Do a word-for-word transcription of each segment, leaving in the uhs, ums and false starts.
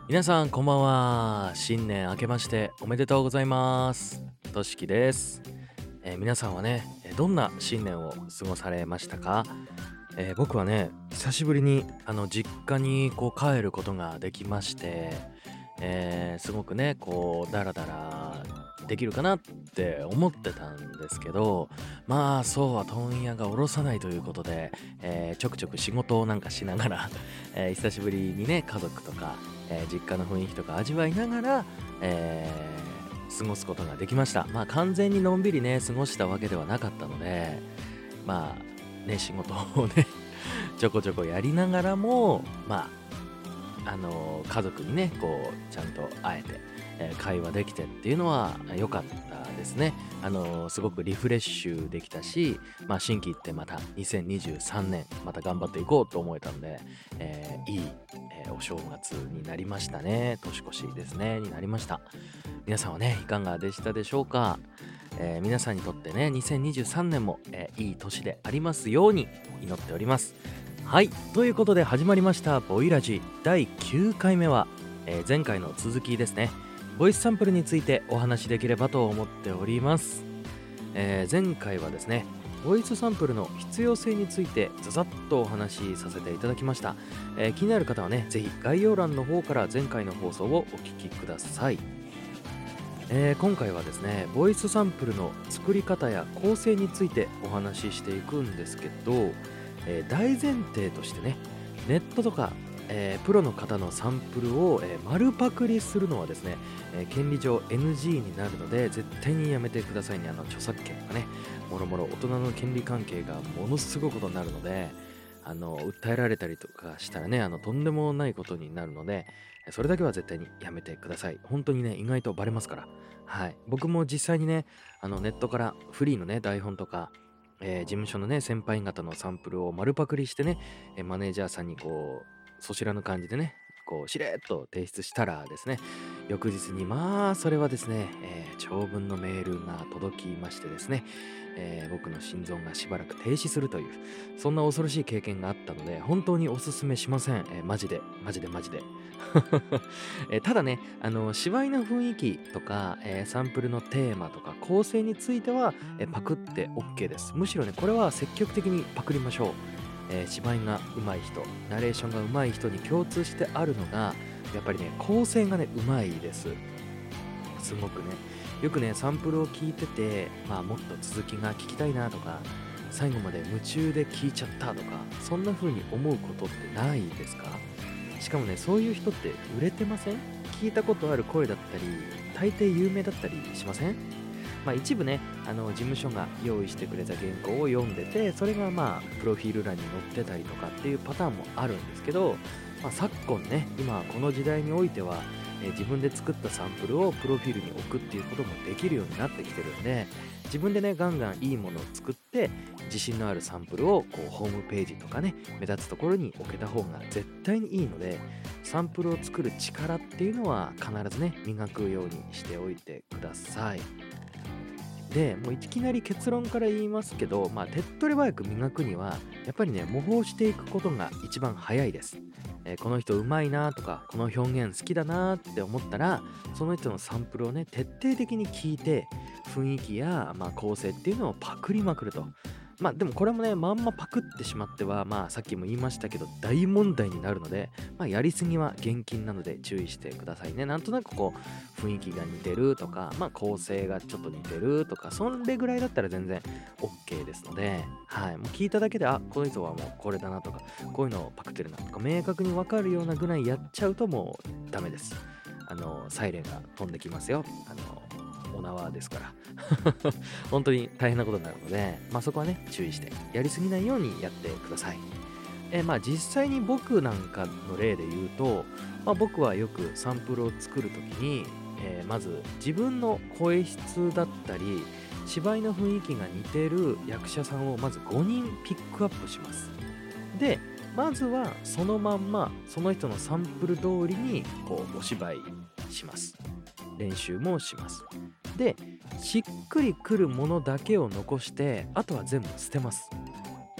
皆さんこんばんは。新年明けましておめでとうございます。としきです。えー皆さんはね、えーどんな新年を過ごされましたか？えー僕はね、久しぶりにあの実家にこう帰ることができまして、えーすごくね、こうダラダラできるかなって思ってたんですけど、まあそうは問屋が下ろさないということで、えーちょくちょく仕事をなんかしながら、えー久しぶりにね、家族とか、えー実家の雰囲気とか味わいながら、えー過ごすことができました。まあ完全にのんびりね、過ごしたわけではなかったので、まあね、仕事をね、ちょこちょこやりながらも、まあ、あの家族にね、こう、ちゃんと会えて、えー会話できてっていうのは良かったですね。あのすごくリフレッシュできたし、まあ、心機一転またにせんにじゅうさんねん、また頑張っていこうと思えたので、えーいい、えーお正月になりましたね。年越しですね、になりました。皆さんはね、いかがでしたでしょうか？えー皆さんにとってね、にせんにじゅうさんねんも、えーいい年でありますように祈っております。はい、ということで始まりましたボイラジだいきゅうかいめは、えー前回の続きですね。ボイスサンプルについてお話しできればと思っております。えー前回はですね、ボイスサンプルの必要性についてざざっとお話しさせていただきました。えー気になる方はね、ぜひ概要欄の方から前回の放送をお聞きください。えー今回はですね、ボイスサンプルの作り方や構成についてお話ししていくんですけど、えー大前提としてね、ネットとか、えープロの方のサンプルを、えー丸パクリするのはですね、えー権利上 エヌジー になるので絶対にやめてくださいね。あの著作権とかね、もろもろ大人の権利関係がものすごいことになるので、あの訴えられたりとかしたらね、あのとんでもないことになるので、それだけは絶対にやめてください。本当にね、意外とバレますから。はい。僕も実際にね、あのネットからフリーのね、台本とか、えー事務所のね、先輩方のサンプルを丸パクリしてね、えーマネージャーさんにこう、そちらの感じでね、こう、しれっと提出したらですね、翌日に、まあ、それはですね、えー長文のメールが届きましてですね、えー僕の心臓がしばらく停止するという、そんな恐ろしい経験があったので、本当におすすめしません。えーマジで、マジで、マジで。えーただね、あの芝居の雰囲気とか、えーサンプルのテーマとか構成については、えーパクって OK です。むしろね、これは積極的にパクりましょう。えー芝居が上手い人、ナレーションが上手い人に共通してあるのが、やっぱりね、構成がね、上手いです。すごくね。よくね、サンプルを聞いてて、まあもっと続きが聞きたいなとか、最後まで夢中で聞いちゃったとか、そんな風に思うことってないですか？しかもね、そういう人って売れてません？聞いたことある声だったり、大抵有名だったりしません？まあ一部ね、あの事務所が用意してくれた原稿を読んでて、それがまあプロフィール欄に載ってたりとかっていうパターンもあるんですけど、まあ、昨今ね、今この時代においては、えー自分で作ったサンプルをプロフィールに置くっていうこともできるようになってきてるんで、自分でね、ガンガンいいものを作って、自信のあるサンプルをこうホームページとかね、目立つところに置けた方が絶対にいいので、サンプルを作る力っていうのは必ずね、磨くようにしておいてください。で、もういきなり結論から言いますけど、まあ、手っ取り早く磨くには、やっぱりね、模倣していくことが一番早いです。えーこの人うまいなとか、この表現好きだなって思ったら、その人のサンプルをね、徹底的に聞いて、雰囲気や、まあ、構成っていうのをパクりまくると。まあでもこれもね、まんまパクってしまっては、まあさっきも言いましたけど、大問題になるので、まあやりすぎは厳禁なので注意してくださいね。なんとなくこう、雰囲気が似てるとか、まあ構成がちょっと似てるとか、それぐらいだったら全然 OK ですので、はい。もう聞いただけで、あ、この人はもうこれだなとか、こういうのをパクってるなとか、明確にわかるようなぐらいやっちゃうともうダメです。あの、サイレンが飛んできますよ。あの、お縄ですから。本当に大変なことになるので、まあそこはね、注意して、やりすぎないようにやってください。えまあ実際に僕なんかの例で言うと、まあ、僕はよくサンプルを作るときに、えーまず自分の声質だったり芝居の雰囲気が似てる役者さんをまずごにんピックアップします。でまずはそのまんまその人のサンプル通りにこうお芝居します。練習もします。でしっくりくるものだけを残してあとは全部捨てます。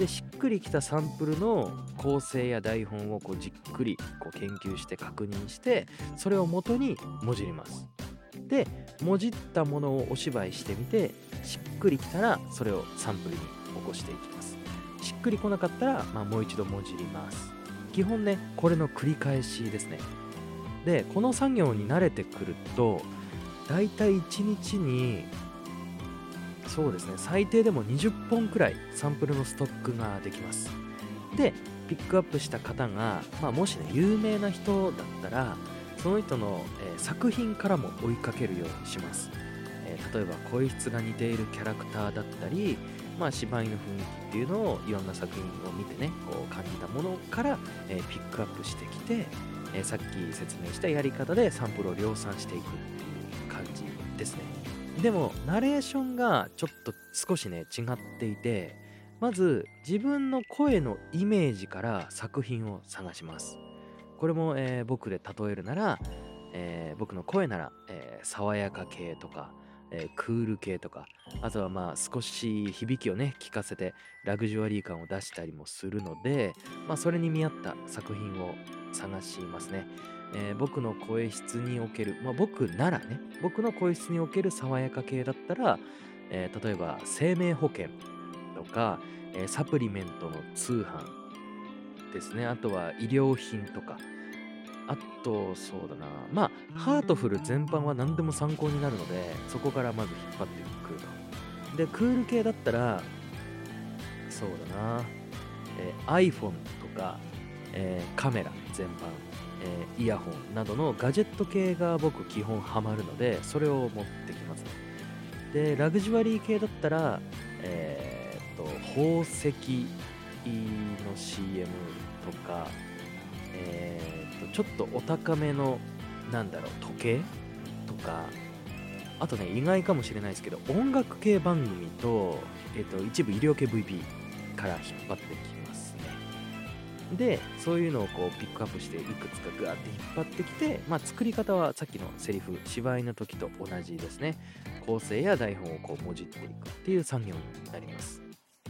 でしっくりきたサンプルの構成や台本をこうじっくりこう研究して確認して、それを元にもじります。でもじったものをお芝居してみて、しっくりきたらそれをサンプルに起こしていきます。しっくりこなかったら、まあ、もう一度もじります。基本ねこれの繰り返しですね。でこの作業に慣れてくると、だいたいいちにちにそうですね最低でもにじゅっぽんくらいサンプルのストックができます。でピックアップした方が、まあ、もしね有名な人だったらその人の、えー作品からも追いかけるようにします。えー例えば声質が似ているキャラクターだったり、まあ、芝居の雰囲気っていうのをいろんな作品を見てねこう感じたものから、えーピックアップしてきて、えーさっき説明したやり方でサンプルを量産していくっていう感じですね。でもナレーションがちょっと少しね違っていて、まず自分の声のイメージから作品を探します。これも、えー僕で例えるなら、えー僕の声なら、えー爽やか系とか、えークール系とか、あとはまあ少し響きをね聞かせてラグジュアリー感を出したりもするので、まあ、それに見合った作品を探しますね。えー僕の声質における、まあ、僕ならね僕の声質における爽やか系だったら、えー例えば生命保険とか、えーサプリメントの通販ですね。あとは医療品とか、あとそうだな、まあハートフル全般は何でも参考になるので、そこからまず引っ張ってくると。でクール系だったらそうだな、えー iPhone とか、えーカメラ全般、えーイヤホンなどのガジェット系が僕基本ハマるので、それを持ってきますね。でラグジュアリー系だったら、えーっと宝石の シーエム とか、えーっとちょっとお高めのなんだろう時計とか、あとね意外かもしれないですけど音楽系番組と、えーっと一部医療系 ブイピー から引っ張ってきますね。でそういうのをこうピックアップしていくつかグワーって引っ張ってきて、まあ、作り方はさっきのセリフ芝居の時と同じですね。構成や台本をこうもじっていくっていう作業になります。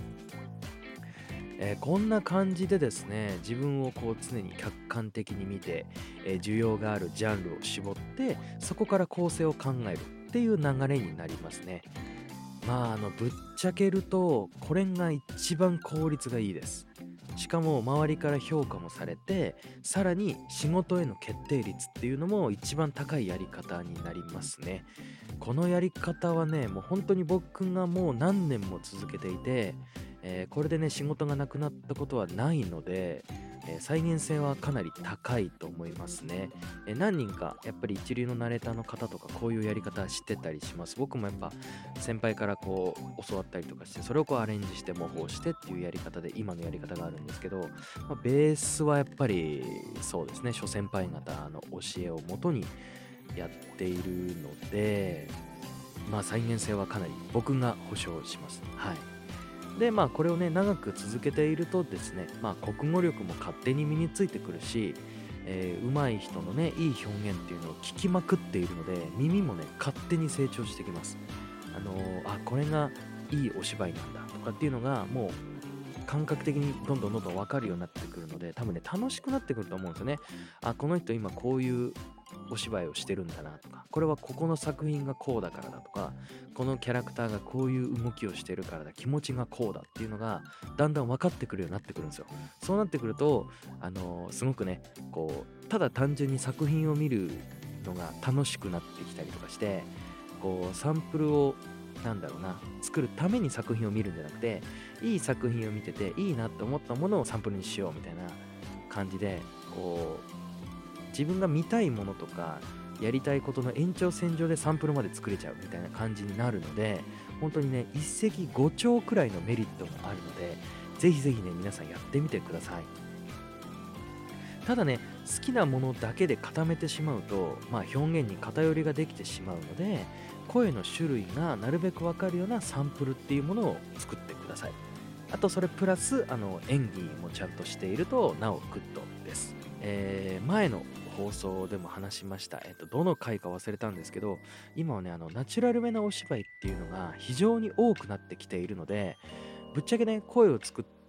えーこんな感じでですね自分をこう常に客観的に見て、えー需要があるジャンルを絞ってそこから構成を考えるっていう流れになりますね。まああのぶっちゃけるとこれが一番効率がいいです。しかも周りから評価もされて、さらに仕事への決定率っていうのも一番高いやり方になりますね。このやり方はねもう本当に僕がもう何年も続けていて、えーこれでね仕事がなくなったことはないので、えー再現性はかなり高いと思いますね。えー何人かやっぱり一流のナレーターの方とかこういうやり方知ってたりします。僕もやっぱ先輩からこう教わったりとかして、それをこうアレンジして模倣してっていうやり方で今のやり方があるんですけど、まあ、ベースはやっぱりそうですね諸先輩方の教えをもとにやっているので、まあ再現性はかなり僕が保証します。はい。でまあこれをね長く続けているとですね、まあ国語力も勝手に身についてくるし、えー、上手い人のねいい表現っていうのを聞きまくっているので、耳もね勝手に成長してきます。あのーあこれがいいお芝居なんだとかっていうのがもう感覚的にどんどんどんどん分かるようになってくるので、多分ね楽しくなってくると思うんですよね。あこの人今こういうお芝居をしてるんだなとか、これはここの作品がこうだからだとか、このキャラクターがこういう動きをしてるからだ、気持ちがこうだっていうのがだんだん分かってくるようになってくるんですよ。そうなってくると、あのーすごくねこうただ単純に作品を見るのが楽しくなってきたりとかして、こうサンプルをなんだろうな作るために作品を見るんじゃなくて、いい作品を見てていいなって思ったものをサンプルにしようみたいな感じで、こう自分が見たいものとかやりたいことの延長線上でサンプルまで作れちゃうみたいな感じになるので、本当にね一石五鳥くらいのメリットがあるので、ぜひぜひね皆さんやってみてください。ただね好きなものだけで固めてしまうと、まあ、表現に偏りができてしまうので、声の種類がなるべく分かるようなサンプルっていうものを作ってください。あとそれプラスあの演技もちゃんとしているとなおグッドです。えー前の放送でも話しました、えっと、どの回か忘れたんですけど、今はねあのナチュラルめなお芝居っていうのが非常に多くなってきているので、ぶっちゃけね声を作って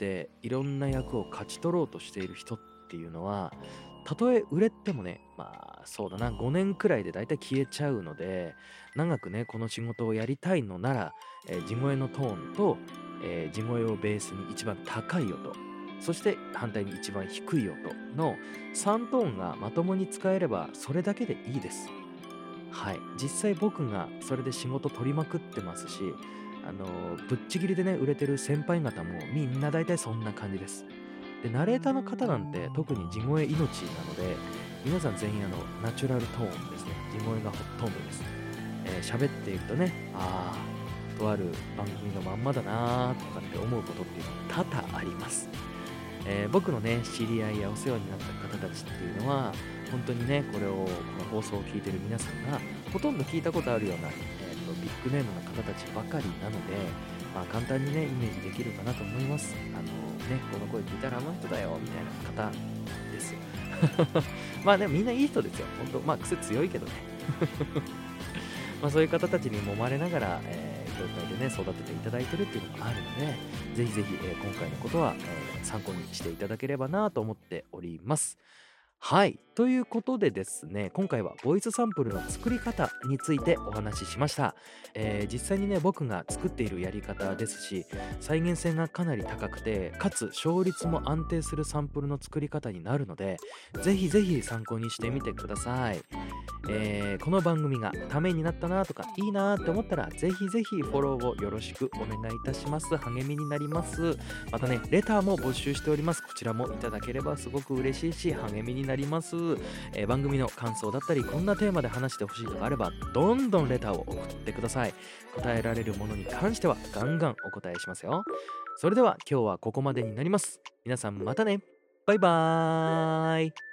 っていろんな役を勝ち取ろうとしている人っていうのは、たとえ売れてもね、まあそうだな、ごねんくらいでだいたい消えちゃうので、長くね、この仕事をやりたいのなら、えー地声のトーンと、えー地声をベースに一番高い音、そして反対に一番低い音のさんトーンがまともに使えればそれだけでいいです。はい。実際僕がそれで仕事取りまくってますし、あのーぶっちぎりでね、売れてる先輩方もみんな大体そんな感じです。で、ナレーターの方なんて特に地声命なので、皆さん全員あの、ナチュラルトーンですね。地声がほとんどです。えー喋っているとね、ああ、とある番組のまんまだなーとかって思うことっていうのは多々あります。えー僕のね、知り合いやお世話になった方たちっていうのは、本当にね、これを、この放送を聞いてる皆さんが、ほとんど聞いたことあるような、えーと、ビッグネームの方たちばかりなので、まあ、簡単にね、イメージできるかなと思います。あのね、この声聞いたらあの人だよ、みたいな方です。まあでもみんないい人ですよ。本当まあ癖強いけどね。まあそういう方たちに揉まれながら、えー業界でね、育てていただいてるっていうのもあるので、ぜひぜひ、えー今回のことは、えー参考にしていただければなと思っております。はい。ということでですね、今回はボイスサンプルの作り方についてお話ししました。えー実際にね、僕が作っているやり方ですし、再現性がかなり高くて、かつ勝率も安定するサンプルの作り方になるので、ぜひぜひ参考にしてみてください。えーこの番組がためになったなとかいいなって思ったら、ぜひぜひフォローをよろしくお願いいたします。励みになります。またね、レターも募集しております。こちらもいただければすごく嬉しいし、励みになります。えー番組の感想だったり、こんなテーマで話してほしいとかあれば、どんどんレターを送ってください。答えられるものに関しては、ガンガンお答えしますよ。それでは今日はここまでになります。皆さんまたね。バイバーイ。